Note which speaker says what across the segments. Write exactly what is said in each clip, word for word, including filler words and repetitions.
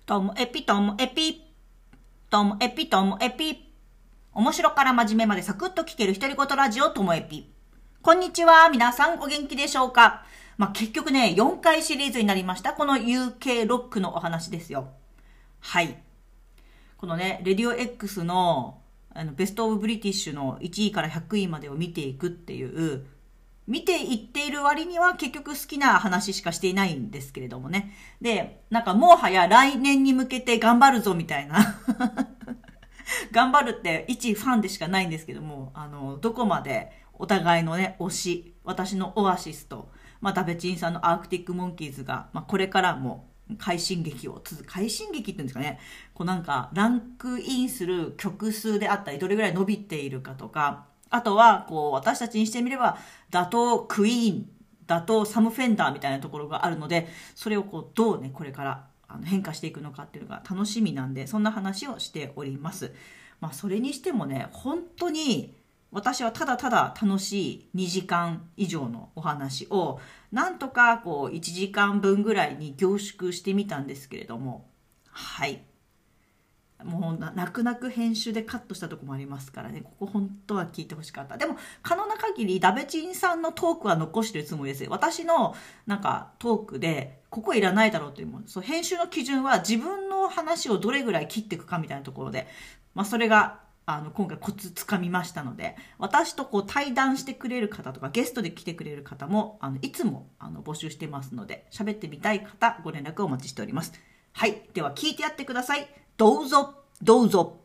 Speaker 1: ともエピともエピ、ともエピともエピ。面白から真面目までサクッと聞ける独り言ラジオともエピ。こんにちは、皆さんお元気でしょうか。まあ、結局ね、よんかいシリーズになりました。この ユーケー ロックのお話ですよ。はい。このね、レディオ X のあのベストオブブリティッシュのいちいからひゃくいまでを見ていくっていう、見ていっている割には結局好きな話しかしていないんですけれどもね。で、なんかもはや来年に向けて頑張るぞみたいな。頑張るって一ファンでしかないんですけども、あの、どこまでお互いのね、推し、私のオアシスと、またベチンさんのアークティックモンキーズが、まあ、これからも快進撃を続く、快進撃って言うんですかね。こうなんか、ランクインする曲数であったり、どれぐらい伸びているかとか、あとは、こう、私たちにしてみれば、打倒クイーン、打倒サム・フェンダーみたいなところがあるので、それをこう、どうね、これからあの変化していくのかっていうのが楽しみなんで、そんな話をしております。まあ、それにしてもね、本当に、私はただただ楽しいにじかん以上のお話をなんとかこういちじかんぶんぐらいに凝縮してみたんですけれども、はい。もうな泣く泣く編集でカットしたとこもありますからね、ここ本当は聞いてほしかった。でも可能な限りダベチンさんのトークは残してるつもりです。私のなんかトークでここいらないだろうというもの、そう編集の基準は自分の話をどれぐらい切っていくかみたいなところで、まあ、それがあの今回コツつかみましたので、私とこう対談してくれる方とかゲストで来てくれる方もあのいつもあの募集してますので、喋ってみたい方ご連絡をお待ちしております。はい、では聞いてやってください。どうぞどうぞ。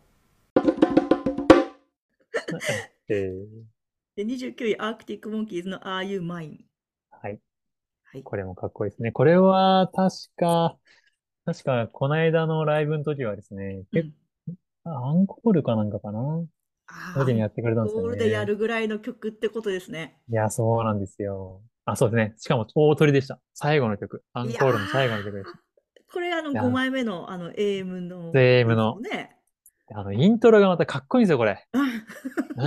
Speaker 2: えー、
Speaker 1: でにじゅうきゅういアークティックモンキーズの Are You Mine。
Speaker 2: はい。
Speaker 1: はい。
Speaker 2: これもかっこいいですね。これは、確か、確か、この間のライブの時はですね、結
Speaker 1: うん。
Speaker 2: 構、アンコールかなんかかなの
Speaker 1: あーアン
Speaker 2: 時にやってくれたんですよ
Speaker 1: コールでや
Speaker 2: ね。
Speaker 1: るぐらいの曲ってことですね。
Speaker 2: いや、そうなんですよ。あ、そうですね。しかも、大鳥でした。最後の曲。ア
Speaker 1: いや
Speaker 2: ンコールの最後の曲でした。い
Speaker 1: ー、これあの
Speaker 2: や、
Speaker 1: ごまいめのあの エーエム の曲ですよ
Speaker 2: ゼーエムの、
Speaker 1: ね。
Speaker 2: あの、イントロがまたかっこいいんですよ、これ。
Speaker 1: うん。
Speaker 2: うん。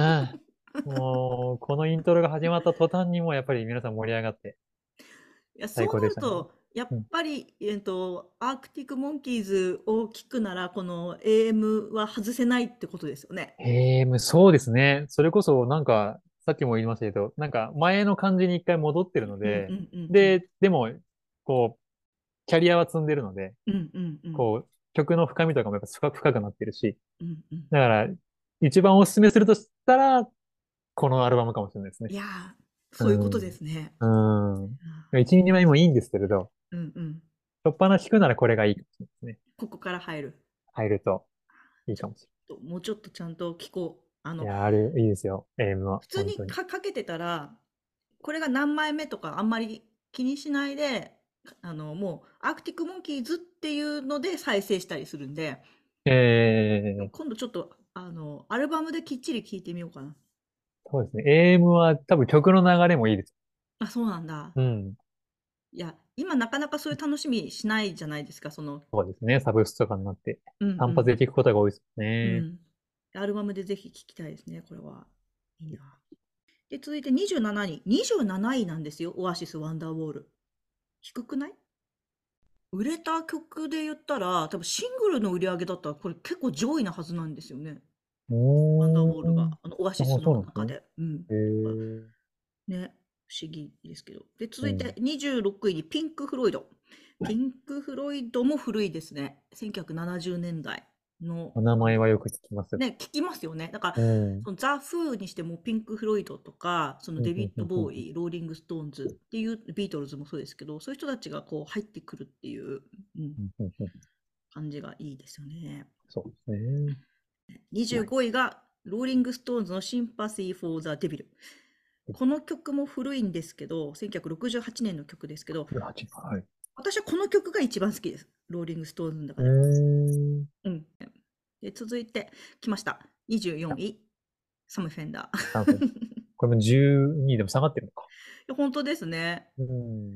Speaker 2: もう、このイントロが始まった途端にもうやっぱり皆さん盛り上がって、
Speaker 1: いや、そう
Speaker 2: 最高でしたね。
Speaker 1: なると、やっ
Speaker 2: うん。
Speaker 1: ぱり、えっと、アークティックモンキーズを聞くなら、この エーエム は外せないってことですよね。
Speaker 2: へえ、そうですね。それこそ、なんか、さっきも言いましたけど、なんか、前の感じに一回戻ってるので、
Speaker 1: うんうんうんうん。
Speaker 2: で、でも、こう、キャリアは積んでるので、
Speaker 1: うんうんうん。
Speaker 2: こう、曲の深みとかもやっぱ深く深くなってるし、
Speaker 1: うんうん。
Speaker 2: だから、一番おすすめするとしたら、このアルバムかもしれないですね。
Speaker 1: いやー、
Speaker 2: う
Speaker 1: そういうことで
Speaker 2: ん。
Speaker 1: すね。
Speaker 2: うん。
Speaker 1: あ
Speaker 2: 一、二枚もいいんですけれど、
Speaker 1: うんうん。
Speaker 2: 初っ端聞くならこれがいいかもしれないですね。
Speaker 1: ここから入る。
Speaker 2: 入るといい
Speaker 1: ちょっ
Speaker 2: かもし
Speaker 1: と、もうちょっとちゃんと聞こう。あの、
Speaker 2: れない。いやー、あれ、いいですよ。エイムは、
Speaker 1: 普通に
Speaker 2: 本当に。
Speaker 1: かかけてたら、これが何枚目とかあんまり気にしないで、あの、もう、アークティックモンキーズっていうので再生したりするんで、
Speaker 2: えー、
Speaker 1: 今度ちょっと、あの、アルバムできっちり聴いてみようかな。
Speaker 2: そうですね。エイムは多分曲の流れもいいです。
Speaker 1: あ、そうなんだ。
Speaker 2: うん。
Speaker 1: いや、今なかなかそういう楽しみしないじゃないですか、その、
Speaker 2: そうですね。サブスクとかになって。
Speaker 1: うん
Speaker 2: 単発で聴くことが多いですね。
Speaker 1: うん。アルバムでぜひ聴きたいですね、これは。いいな。で、続いてにじゅうなない、にじゅうなないなんですよ、オアシス・ワンダーウォール。低くない？売れた曲で言ったら、多分シングルの売り上げだったら、これ結構上位なはずなんですよね。ワンダーウォールが、
Speaker 2: うーん。
Speaker 1: あの、オア
Speaker 2: あ、
Speaker 1: シスの
Speaker 2: そうなんですね。
Speaker 1: 中で。うん。
Speaker 2: へえ。
Speaker 1: ね、不思議ですけど。で、続いて
Speaker 2: うん。
Speaker 1: にじゅうろくいにピンク・フロイド。ピンク・フロイドも古いですね。せんきゅうひゃくななじゅうねんだいの、
Speaker 2: お名
Speaker 1: あの、
Speaker 2: 前はよく聞きます。
Speaker 1: ね、聞きますよね。だから、
Speaker 2: うん。
Speaker 1: そのザ・フーにしてもピンク・フロイドとか、その
Speaker 2: うん、うん、
Speaker 1: デビッド・
Speaker 2: うん、うん。
Speaker 1: ボーイ、ローリング・ストーンズっていう、ビートルズもそうですけど、そういう人たちがこう入ってくるっていう、うん、
Speaker 2: うん、うん、うん。
Speaker 1: 感じがいいですよね。
Speaker 2: そうですね。はい。
Speaker 1: にじゅうごいが、ローリング・ストーンズのシンパシー・フォー・ザ・デビル。この曲も古いんですけど、せんきゅうひゃくろくじゅうはちねんの曲ですけど、
Speaker 2: はち、はい。
Speaker 1: 私はこの曲が一番好きです。ローリング・ストーンズの
Speaker 2: う
Speaker 1: 中で。
Speaker 2: ーん。
Speaker 1: うん。で、続いてきました。にじゅうよん
Speaker 2: あ、
Speaker 1: い、サム・フェンダ
Speaker 2: さん分。
Speaker 1: ー。
Speaker 2: これもじゅうにでも下がってるのか。
Speaker 1: 本当ですね。
Speaker 2: うん。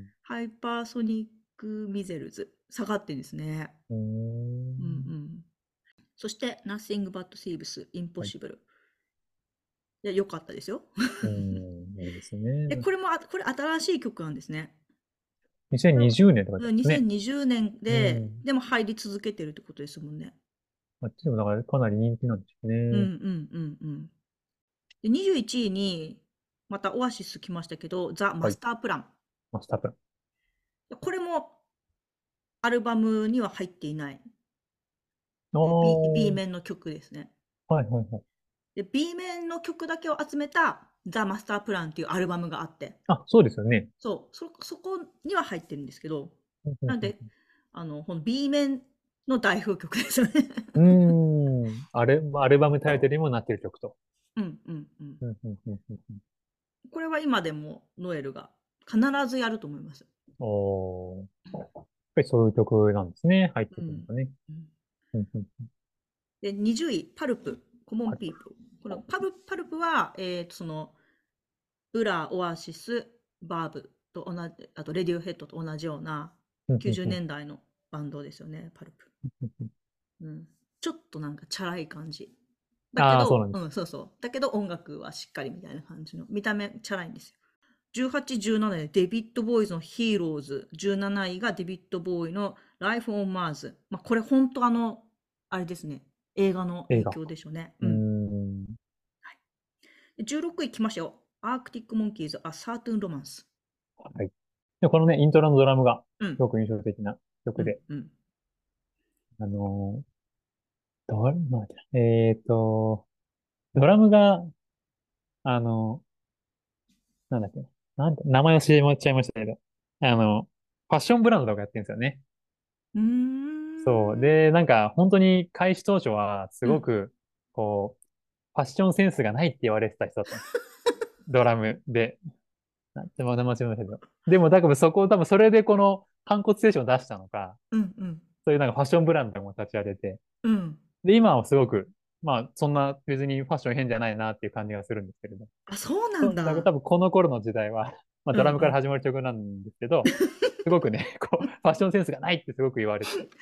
Speaker 1: ハイパーソニック・ミゼルズ。下がってんですね。
Speaker 2: うー
Speaker 1: うんう
Speaker 2: ん。
Speaker 1: ん。そして、Nothing But Thieves
Speaker 2: はい。
Speaker 1: Impossible。いや、良かったですよ。
Speaker 2: うん。いいです
Speaker 1: で、
Speaker 2: ね。
Speaker 1: これもあ、これ新しい曲なんですね。
Speaker 2: にせんにじゅうねんとかですね。
Speaker 1: にせんにじゅうねん
Speaker 2: う
Speaker 1: で、
Speaker 2: ん。
Speaker 1: でも入り続けてるってことですもんね。
Speaker 2: あっちでもだからかなり人気なんですよ
Speaker 1: うんう
Speaker 2: ね。
Speaker 1: んうんうん。で、にじゅういちいに、またオアシス来ましたけど、ザ・マ
Speaker 2: はい。
Speaker 1: スタープラン。
Speaker 2: マスタープラン。
Speaker 1: これもアルバムには入っていない、え B,
Speaker 2: お
Speaker 1: B
Speaker 2: ー。
Speaker 1: 面の曲ですね。
Speaker 2: はいはいはい。
Speaker 1: で、B 面の曲だけを集めたザ・マスタープランっていうアルバムがあって、
Speaker 2: あ、そうですよね。
Speaker 1: そう、そ、そこには入ってるんですけど、
Speaker 2: うんうん
Speaker 1: なんで、あの、この B 面の代表曲ですよね。
Speaker 2: うん。うーん。あれ、アルバムタイトルにもなってる曲と。
Speaker 1: うんうんうん。
Speaker 2: うんうんうんうんうん。
Speaker 1: これは今でもノエルが必ずやると思います。
Speaker 2: おー。やっぱりそういう曲なんですね。入って
Speaker 1: うん。
Speaker 2: くるのがね。
Speaker 1: うん、
Speaker 2: うんうん。
Speaker 1: で、にじゅうい、パルプ、コモン
Speaker 2: はい。
Speaker 1: ピープル。このパルパルプは、えーと、その、ウラ、オアシス、バーブと同じ、あとレディオヘッドと同じような90
Speaker 2: うんうんうん。
Speaker 1: 年代のバンドですよね、パルプ。うん。ちょっとなんかチャラい感じ。だけ
Speaker 2: ああ、そうな
Speaker 1: ど、
Speaker 2: んです。
Speaker 1: うん、そうそう。だけど音楽はしっかりみたいな感じの。見た目チャラいんですよ。じゅうはち、じゅうななでデビッド・ボーイズのヒーローズ。じゅうなないがデビッド・ボーイのライフ・オン・マーズ。まあ、これ本当あの、あれですね。映画の影
Speaker 2: 映画。
Speaker 1: 響でしょうね。
Speaker 2: うー
Speaker 1: うん。
Speaker 2: ん。
Speaker 1: でじゅうろくい来ましたよ。アークティック・モンキーズ、ア・サートゥン・ロマンス。
Speaker 2: はい。で、このね、イントロのドラムが、
Speaker 1: うん、
Speaker 2: すごく印象的な
Speaker 1: うん、
Speaker 2: 曲で、
Speaker 1: うん。
Speaker 2: あのー、どれ、なんだっけえっと、ドラムが、あの、なんだっけな、なんて、名前忘れちゃいましたけど、あの、ファッションブランドとかやってるんですよね。
Speaker 1: うー
Speaker 2: そう。
Speaker 1: ん。
Speaker 2: で、なんか、本当に開始当初は、す
Speaker 1: うん。
Speaker 2: ごく、こう、ファッションセンスがないって言われてた人だったんです。ドラムで。なんて、まだ間違えましたけど。でも、だからそこ、多分それでこの、反骨精神を出したのか、
Speaker 1: うん、うん。
Speaker 2: そういうなんかファッションブランドも立ち上げて、
Speaker 1: うん。
Speaker 2: で、今はすごく、まあ、そんな別にファッション変じゃないなっていう感じがするんですけれど。
Speaker 1: あ、そうな
Speaker 2: そうだから
Speaker 1: んだ。
Speaker 2: 多分この頃の時代は、まあ、
Speaker 1: うん、
Speaker 2: ドラムから
Speaker 1: うん。
Speaker 2: 始まる曲なんですけど、すごくね、こう、ファッションセンスがないってすごく言われてた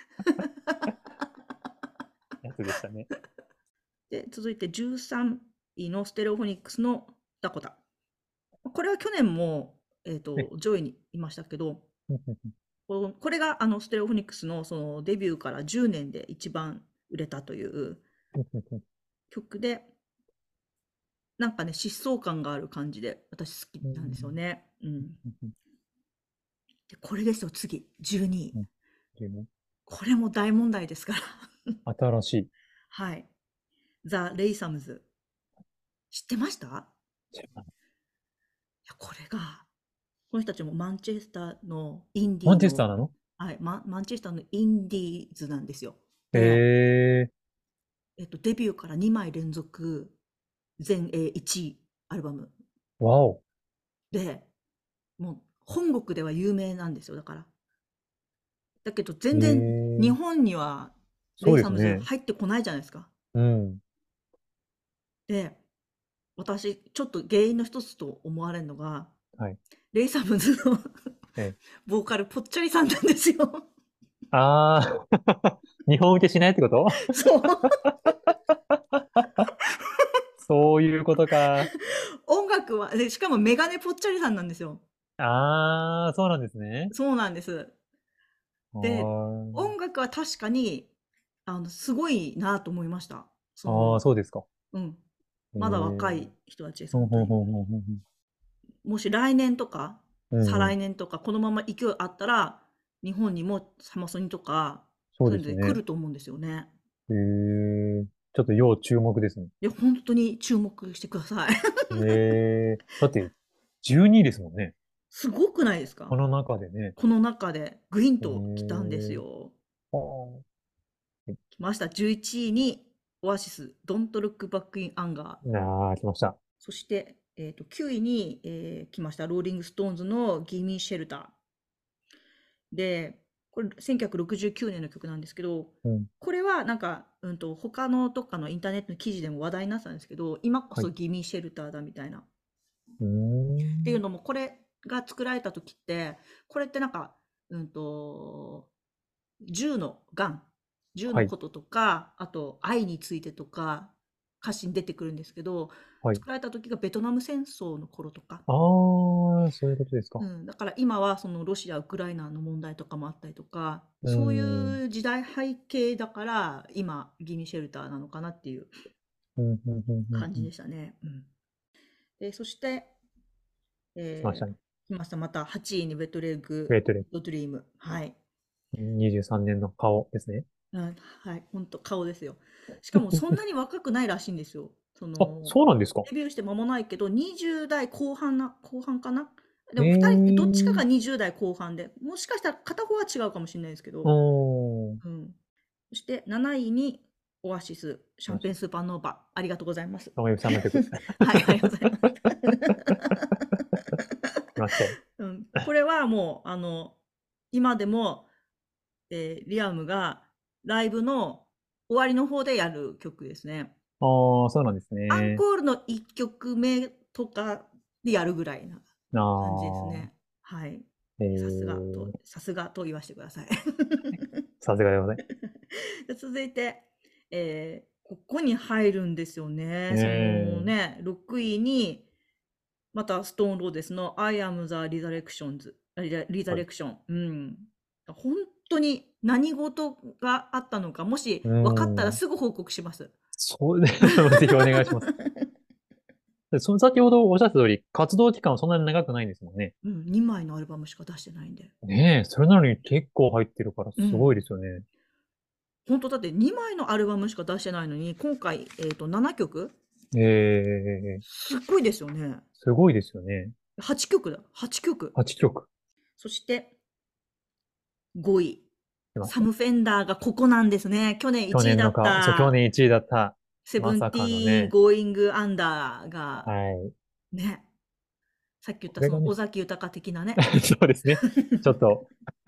Speaker 2: やつでしたね。
Speaker 1: で、続いてじゅうさんいのステレオフォニックスのダコタ。これは去年も、えっ
Speaker 2: ね。
Speaker 1: と、上位にいましたけど、このこれがあのステレオフォニックスのそのデビューからじゅうねんで一番売れたという曲で、なんかね、疾走感がある感じで私好きなんですよね。うん。で、これですよ、次、じゅうにい。これも大問題ですから。
Speaker 2: 新しい。
Speaker 1: はい。ザ・レイサムズ。知ってました？いや、これが、この人たちもマンチェスターのインデ
Speaker 2: マン
Speaker 1: ィーの、
Speaker 2: チェスターなの？
Speaker 1: はい、ママンチェスターのインディーズなんですよ。で、
Speaker 2: へえ
Speaker 1: えっと、デビューからにまい連続全英いちいアルバム
Speaker 2: ー、わお。
Speaker 1: で、もう本国では有名なんですよ、だから。だけど
Speaker 2: へ
Speaker 1: 全然日
Speaker 2: え、
Speaker 1: 本にはレ
Speaker 2: そう
Speaker 1: イサムズ
Speaker 2: ですね。
Speaker 1: 入ってこないじゃないですか。
Speaker 2: うん。
Speaker 1: で、私、ちょっと原因の一つと思われるのが、
Speaker 2: はい。
Speaker 1: レイサムズの
Speaker 2: え、
Speaker 1: ボーカルぽっちゃりさんなんですよ。
Speaker 2: ああ、日本受けしないってこと？
Speaker 1: そう。
Speaker 2: そういうことか。
Speaker 1: 音楽は、で、しかもメガネぽっちゃりさんなんですよ。
Speaker 2: ああ、そうなんですね。
Speaker 1: そうなんです。
Speaker 2: あ
Speaker 1: で、
Speaker 2: ー
Speaker 1: 音楽は確かに、あの、すごいなと思いました。そ
Speaker 2: あー、
Speaker 1: の、
Speaker 2: そうですか。
Speaker 1: うん。
Speaker 2: へえ。
Speaker 1: まだ若い人たちです、
Speaker 2: ほんほん
Speaker 1: 本当に。
Speaker 2: ほんほんほん
Speaker 1: もし来年とか、再
Speaker 2: うん。うん。
Speaker 1: 来年とか、このまま勢いあったら、日本にもサマソニとか、
Speaker 2: そう
Speaker 1: そういうので来
Speaker 2: ですね。
Speaker 1: ると思うんですよね。
Speaker 2: へえ。ちょっと要注目ですね。
Speaker 1: いや、本当に注目してください。
Speaker 2: ええ。だって、じゅうにいですもんね。
Speaker 1: すごくないですか？
Speaker 2: この中でね。
Speaker 1: この中でグイン
Speaker 2: え
Speaker 1: と来たんです
Speaker 2: え。
Speaker 1: よ。
Speaker 2: は
Speaker 1: 来ました。じゅういちいに、オアシス、Don't Look Back in Anger。
Speaker 2: あ。ああ、来ました。
Speaker 1: そして、えーと、きゅういに、えー来ました。ローリング・ストーンズの Gimme Shelter。で、これせんきゅうひゃくろくじゅうきゅうねんの曲なんですけど、
Speaker 2: うん。
Speaker 1: これはなんか、うんと、他のどっかのインターネットの記事でも話題になってたんですけど、今こそ
Speaker 2: はい。
Speaker 1: Gimme Shelter だみたいな。っ
Speaker 2: うーん。
Speaker 1: ていうのも、これが作られた時って、これってなんか、うんと、銃の、ガン、銃
Speaker 2: はい。
Speaker 1: のこととか、あと愛についてとか、 歌詞に出てくるんですけど、
Speaker 2: はい。
Speaker 1: 作られた時がベトナム戦争の頃とか。
Speaker 2: ああ、そういうことですか。
Speaker 1: うん、だから今はそのロシア、ウクライナの問題とかもあったりとか、
Speaker 2: う
Speaker 1: そう
Speaker 2: ん。うん、
Speaker 1: いう時代背景だから今ギミシェルターなのかなっていう
Speaker 2: うん、うん、うん、
Speaker 1: 感じ
Speaker 2: うん。
Speaker 1: でしたね。うん、で、そして、え
Speaker 2: 来ましたね。
Speaker 1: ー、来ました。またはちいにベッドレッグ
Speaker 2: グレートレ
Speaker 1: ドドリーム。はい。
Speaker 2: にじゅうさんねんの顔ですね。
Speaker 1: うん、はい、ほんと顔ですよ。しかもそんなに若くないらしいんですよ。そ
Speaker 2: あ、
Speaker 1: の、
Speaker 2: そうなんですか。
Speaker 1: デビューして間もないけど、にじゅう代後半な、後半かな。で
Speaker 2: え
Speaker 1: もふたり、どっちか
Speaker 2: えー。
Speaker 1: がにじゅう代後半で、もしかしたら片方は違うかもしれないですけど、
Speaker 2: おー。
Speaker 1: うん。そしてなないにオアシス、シャ
Speaker 2: よし。
Speaker 1: ンペンスーパーノーバー。ありがとうございます。
Speaker 2: おやめてください。
Speaker 1: はい、ありがとうございます。
Speaker 2: 来ましたよ。
Speaker 1: うん、これはもう、あの、今でも、えーリアムがライブの終わりの方でやる曲ですね。
Speaker 2: ああ、そうなんです
Speaker 1: アン
Speaker 2: ね。
Speaker 1: コールのいっきょくめとかでやるぐらいな
Speaker 2: あ
Speaker 1: 感じです
Speaker 2: あ、
Speaker 1: ね。はい。
Speaker 2: え
Speaker 1: さすがと、
Speaker 2: え、
Speaker 1: さすがと言わせてください。
Speaker 2: さすがでございます。
Speaker 1: で続いて、えーここに入るんですよね。その
Speaker 2: ええ、
Speaker 1: ね、ろくいに、またストーンローデスの I am the Resurrections、リザリザ
Speaker 2: はい。
Speaker 1: レクション。うん。本当に何事があったのか、もし
Speaker 2: うー
Speaker 1: 分かったら
Speaker 2: ん。
Speaker 1: すぐ報告します。
Speaker 2: そうで、ぜひお願いします。で、その先ほどおっしゃった通り、活動期間はそんなに長くないんですもんね。
Speaker 1: うん、にまいのアルバムしか出してないんで。
Speaker 2: ねえ、それなのに結構入ってるからすごい
Speaker 1: うん。
Speaker 2: ですよね。
Speaker 1: 本当だってにまいのアルバムしか出してないのに、今回、えっと、ななきょく
Speaker 2: ええ、
Speaker 1: すっごいですよね。
Speaker 2: すごいですよね。
Speaker 1: はちきょくだ。はちきょく。
Speaker 2: はちきょく
Speaker 1: そしてごい。
Speaker 2: 来ました。
Speaker 1: サム・フェンダーがここなんですね。去年
Speaker 2: 去
Speaker 1: 1位だっ
Speaker 2: 年のか、そう、去
Speaker 1: た、
Speaker 2: 年いちいだった、
Speaker 1: セブンテ
Speaker 2: まさかの
Speaker 1: ィーン・
Speaker 2: ね。
Speaker 1: ゴーイング・アンダーが、
Speaker 2: はい。
Speaker 1: ね、さっき言ったその尾
Speaker 2: これがね、
Speaker 1: 崎豊的なね。
Speaker 2: そうですね。ちょっと、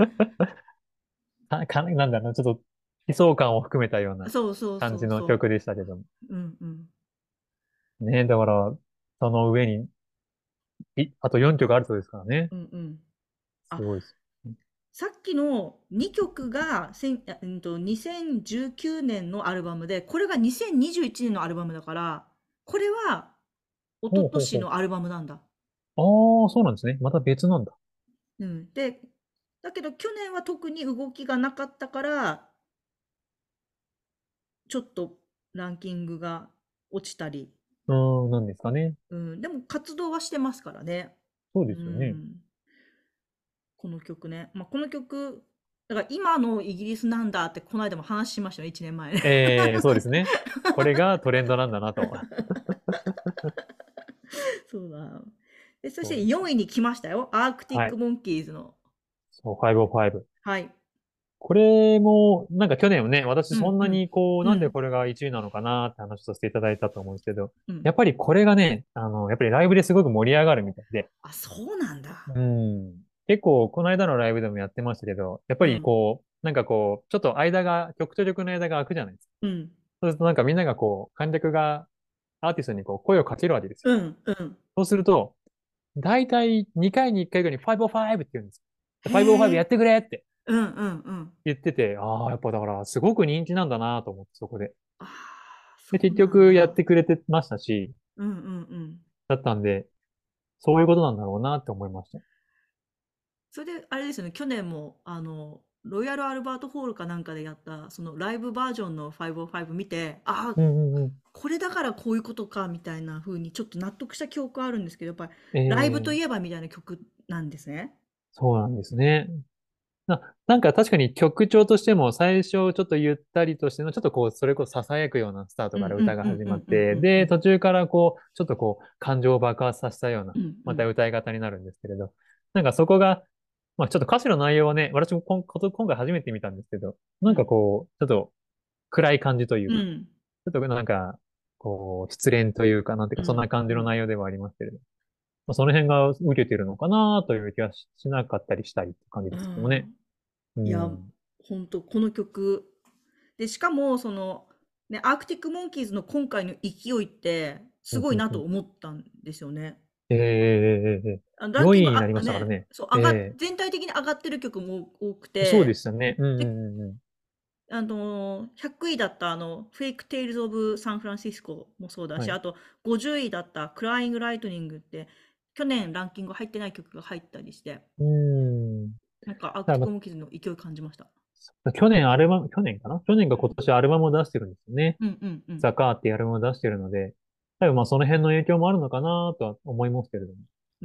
Speaker 2: か、か、なんだろうな、ちょっと悲壮感を含めたような
Speaker 1: そうそう
Speaker 2: 感
Speaker 1: そう
Speaker 2: じの曲
Speaker 1: そ
Speaker 2: でしたけども。
Speaker 1: う。うんうん。
Speaker 2: ね、だから、その上に、い、あとよんきょくあるそうですからね。
Speaker 1: うんうん。あ、
Speaker 2: すごいです。
Speaker 1: さっきのにきょくが、せん、あうんと、にせんじゅうきゅうねんのアルバムで、これがにせんにじゅういちねんのアルバムだから、これは一昨
Speaker 2: ほうほうほう。
Speaker 1: 年のアルバムなんだ。
Speaker 2: ああ、そうなんですね。また別なんだ。
Speaker 1: うん。で、だけど去年は特に動きがなかったから、ちょっとランキングが落ちたり、
Speaker 2: うーん、なんですかね。
Speaker 1: うん、でも活動はしてますからね。
Speaker 2: そう
Speaker 1: う
Speaker 2: ですよね。
Speaker 1: ん。この曲ね。まあ、この曲、だから今のイギリスなんだってこの間も話しましたよ、いちねんまえね。
Speaker 2: ええ、そうですね。これがトレンドなんだなと。
Speaker 1: そうだ。で、そして
Speaker 2: そうです。
Speaker 1: よんいに来ましたよ。アークティッ
Speaker 2: はい。
Speaker 1: クモンキーズの。
Speaker 2: そう、ファイブオーファイブ。
Speaker 1: はい。
Speaker 2: これも、なんか去年はね、私そんな
Speaker 1: うんうん。
Speaker 2: にこう、なんで
Speaker 1: うん。
Speaker 2: これがいちいなのかなって話させていただいたと思うんですけど、
Speaker 1: うん。
Speaker 2: やっぱりこれがね、あの、やっぱりライブですごく盛り上がるみたいで、
Speaker 1: あ、そうなんだ。
Speaker 2: うん。結構、この間のライブでもやってましたけど、やっぱ
Speaker 1: うん。
Speaker 2: りこう、なんかこう、ちょっと間が、曲と曲の間が空くじゃないですか。
Speaker 1: うん。
Speaker 2: そうするとなんかみんながこう、観客がアーティストにこう、声をかけるわけですよ。
Speaker 1: うん。うん。
Speaker 2: そうすると、大体にかいにいっかいぐらいにファイブオーファイブって言うんですよ。でファイブオーファイブ
Speaker 1: へえ。
Speaker 2: やってくれって
Speaker 1: うんうんうん。
Speaker 2: 言ってて、ああ、やっぱだからすごく人気なんだなと思って、そこで。
Speaker 1: ああ、そ
Speaker 2: で、結
Speaker 1: うなん
Speaker 2: 局やっ
Speaker 1: だ。
Speaker 2: てくれてましたし、
Speaker 1: うんうんうん。
Speaker 2: だったんで、そういうことなんだろうなって思いました。
Speaker 1: それであれですよね、去年もあの、ロイヤルアルバートホールかなんかでやった、そのライブバージョンのファイブオーファイブ見て、ああ、
Speaker 2: うんうんう
Speaker 1: これだからこういうことかみたいな風にちょっと納得した記憶あるんですけど、やっぱり
Speaker 2: ん。
Speaker 1: ライブとい
Speaker 2: ええ、
Speaker 1: えばみたいな曲なんですね。
Speaker 2: そうなんですね。な、なんか確かに曲調としても最初ちょっとゆったりとしての、ちょっとこう、それこそ囁くようなスタート
Speaker 1: うん
Speaker 2: から
Speaker 1: うんうん
Speaker 2: 歌が始
Speaker 1: うんうんう
Speaker 2: まって、で、
Speaker 1: んうん。
Speaker 2: 途中からこう、ちょっとこう、感情を爆発させたような、
Speaker 1: うんうん。
Speaker 2: また歌い方になるんですけれど、なんかそこが、まあちょっと歌詞の内容はね、私もこんこと今回初めて見たんですけど、なんか
Speaker 1: うん。
Speaker 2: こう、ちょっと暗い感じというか、
Speaker 1: うん。
Speaker 2: ちょっとなんか、こう、失恋というか、なんていうか、そんな
Speaker 1: うん。うん。
Speaker 2: 感じの内容ではありますけれど、まあ、その辺が受けてるのかなという気はししなかったりしたりって感じ
Speaker 1: う
Speaker 2: ですけどもね。
Speaker 1: ん。
Speaker 2: う
Speaker 1: いや、
Speaker 2: ん。
Speaker 1: ほんとこの曲、で、しかもその、ね、アークティックモンキーズの今回の勢いって、すごいなと
Speaker 2: うんうんうん。
Speaker 1: 思ったんですよね。
Speaker 2: ええええええ
Speaker 1: あのラン
Speaker 2: 4
Speaker 1: キング、
Speaker 2: 位になりま
Speaker 1: あ、ね、
Speaker 2: したからね。
Speaker 1: そう、上がっ
Speaker 2: ええ、
Speaker 1: 全体的に上がってる曲も多く
Speaker 2: そうで
Speaker 1: て、
Speaker 2: したね。うんう
Speaker 1: で、
Speaker 2: んうんうん。
Speaker 1: あの、ひゃくいだったあの、フェイクテイルズ・オブ・サンフランシスコもそうだし、
Speaker 2: はい。
Speaker 1: あとごじゅういだったクライング・ライトニングって、去年ランキング入ってない曲が入ったりして、
Speaker 2: うーん。
Speaker 1: なんかアークティック・
Speaker 2: だからま
Speaker 1: モンキーズの勢い感じました。
Speaker 2: 去年アルバム、去年かな去年が今年アルバムを出してるんですよね。
Speaker 1: うんうんうん。
Speaker 2: ザカーっていうアルバムを出してるので、多分まあその辺の影響もあるのかなとは思いますけれども。
Speaker 1: うん。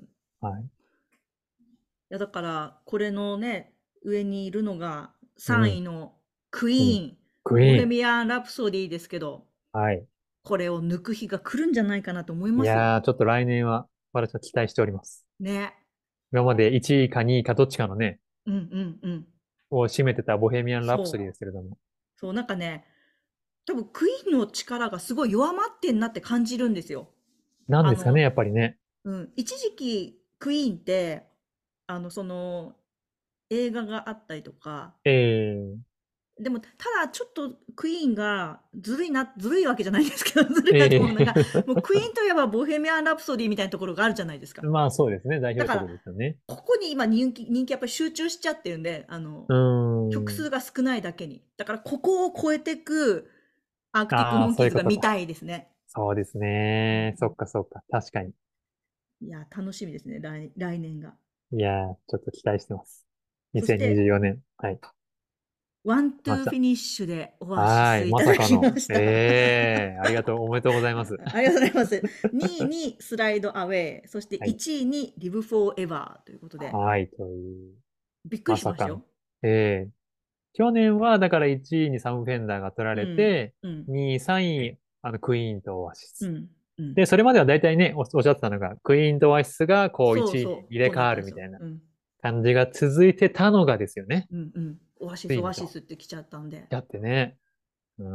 Speaker 2: はい。
Speaker 1: いや、だから、これのね、上にいるのが
Speaker 2: う
Speaker 1: さんい
Speaker 2: ん。
Speaker 1: のクイ
Speaker 2: うん。
Speaker 1: ーン、ボヘ
Speaker 2: クイーン。
Speaker 1: ミアン・ラプソディですけど、
Speaker 2: はい。
Speaker 1: これを抜く日が来るんじゃないかなと思いますよ。
Speaker 2: いやー、ちょっと来年は私は期待しております。
Speaker 1: ね。
Speaker 2: 今までいちいかにいかどっちかのね、
Speaker 1: うんうんうん。
Speaker 2: を占めてたボヘミアン・ラプソディ
Speaker 1: そう。
Speaker 2: ですけれども。
Speaker 1: そう、なんかね、多分クイーンの力がすごい弱まってんなって感じるんですよ。あの、
Speaker 2: なんですかね、やっぱりね。
Speaker 1: うん、一時期クイーンって、あの、その、映画があったりとか、
Speaker 2: ええ
Speaker 1: でも、ただちょっとクイーンがずるいな、ずるいわけじゃないんですけど、ずるいなと思うのが、
Speaker 2: え
Speaker 1: もうクイーンといえばボヘミアン・ラプソディみたいなところがあるじゃないですか。
Speaker 2: えまあそうですね、代表作
Speaker 1: だから、
Speaker 2: ですよね。
Speaker 1: ここに今人気、人気やっぱり集中しちゃってるんで、あの、
Speaker 2: うーん。
Speaker 1: 曲数が少ないだけに。だからここを超えていくアークティック・
Speaker 2: ああ、
Speaker 1: モンキーズが見
Speaker 2: そういうことか。
Speaker 1: たいですね。
Speaker 2: そうですね。そ
Speaker 1: うん、
Speaker 2: っかそっか。確かに。
Speaker 1: いや、楽しみですね、来来年が。
Speaker 2: いやー、ちょっと期待してます。
Speaker 1: そして、
Speaker 2: にせんにじゅうよねん。はい。
Speaker 1: ワン・ト
Speaker 2: 来ました。
Speaker 1: ゥ・フィニッシュでオアシ
Speaker 2: はーい。
Speaker 1: スい
Speaker 2: ま
Speaker 1: ただきま
Speaker 2: さかの。
Speaker 1: した。
Speaker 2: ええありがとう。おめでとうございます。
Speaker 1: ありがとうございます。にいにスライドアウェイ、そして
Speaker 2: はい。
Speaker 1: いちいにリブ・フォー・エバーということで、
Speaker 2: はい。という、
Speaker 1: びっくり
Speaker 2: まさかの。
Speaker 1: しましたよ。
Speaker 2: ええ去年は、だからいちいにサム・フェンダーが取ら
Speaker 1: うん、
Speaker 2: れて、
Speaker 1: うん、
Speaker 2: にい、さんい、あの、クイーンとオアシス。
Speaker 1: うん、うん。
Speaker 2: で、それまでは大体ね、お、おっしゃってたのが、クイーンとオアシスが、こう、
Speaker 1: そう
Speaker 2: いちいに
Speaker 1: そう、こう
Speaker 2: 入れ替わ
Speaker 1: なったんですよ。
Speaker 2: るみたいな
Speaker 1: うん、
Speaker 2: 感じが続いてたのがですよね。
Speaker 1: うん、うん。オアシス、オアシ
Speaker 2: ついにと。
Speaker 1: スって来ちゃったんで、
Speaker 2: だってね、うん、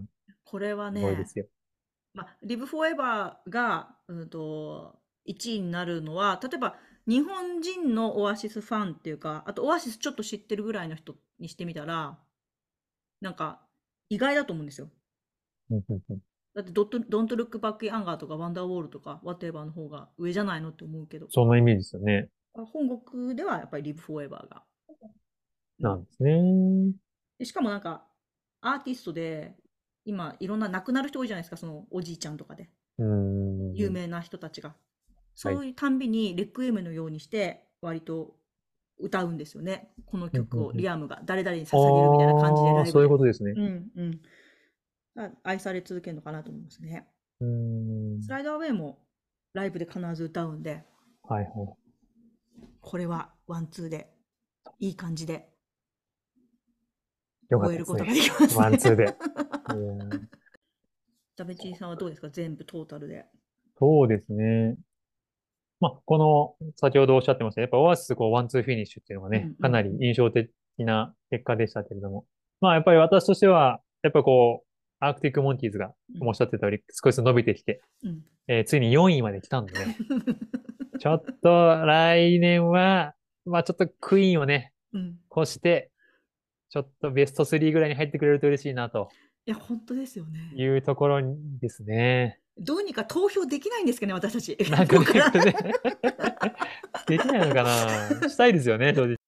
Speaker 1: これはね、
Speaker 2: すごいですよ。
Speaker 1: まあ、リブ・フォーエバーが、うんと、いちいになるのは、例えば、日本人のオアシスファンっていうか、あとオアシスちょっと知ってるぐらいの人にしてみたら、なんか、意外だと思うんですよ。
Speaker 2: うんうんうん
Speaker 1: だってドット、ドントルックバックインアンガーとかワンダーウォールとか、ワテエバーの方が上じゃないのって思うけど、
Speaker 2: そのイメージですよね。
Speaker 1: 本国ではやっぱりリブ・フォーエバーが。うん。
Speaker 2: なんですね。
Speaker 1: でしかもなんか、アーティストで、今、いろんな亡くなる人多いじゃないですか、そのおじいちゃんとかで。
Speaker 2: うーん。
Speaker 1: 有名な人たちが。
Speaker 2: はい。
Speaker 1: そういうたんびにレクイエムのようにして割と歌うんですよね。この曲を
Speaker 2: うんうんうん。
Speaker 1: リアムが誰々に捧げるみたいな感じで
Speaker 2: ああ、そういうこ
Speaker 1: ライブで。
Speaker 2: とですね。
Speaker 1: うんうん。愛され続けるのかなと思いますね。
Speaker 2: うーん。
Speaker 1: スライドアウェイもライブで必ず歌うんで、
Speaker 2: はいはい。
Speaker 1: これはワンツーでいい感じで
Speaker 2: よかっ
Speaker 1: 終えることが
Speaker 2: たですね。
Speaker 1: できますね。
Speaker 2: ワン、ツーで。いやー
Speaker 1: ダベチーさんはどうですか、全部トータルで。
Speaker 2: そうですね。まあ、この、先ほどおっしゃってました、やっぱオアシスこうワンツーフィニッシュっていうのがね、
Speaker 1: うんう
Speaker 2: かな
Speaker 1: んうん。
Speaker 2: り印象的な結果でしたけれども。まあ、やっぱり私としては、やっぱこう、アークティックモンキーズが
Speaker 1: うん
Speaker 2: おっしゃってたより少しずつ伸びてきて、
Speaker 1: うん。
Speaker 2: えーついによんいまで来たんでね、ちょっと来年は、まあちょっとクイーンをね、
Speaker 1: うん。
Speaker 2: 越して、ちょっとベストスリーぐらいに入ってくれると嬉しいなと
Speaker 1: いや、本当ですよね。
Speaker 2: いうところですね。
Speaker 1: どうにか投票できないんですかね、私たち。
Speaker 2: なんかね、
Speaker 1: ここから。
Speaker 2: これねできないのかなしたいですよね、正直。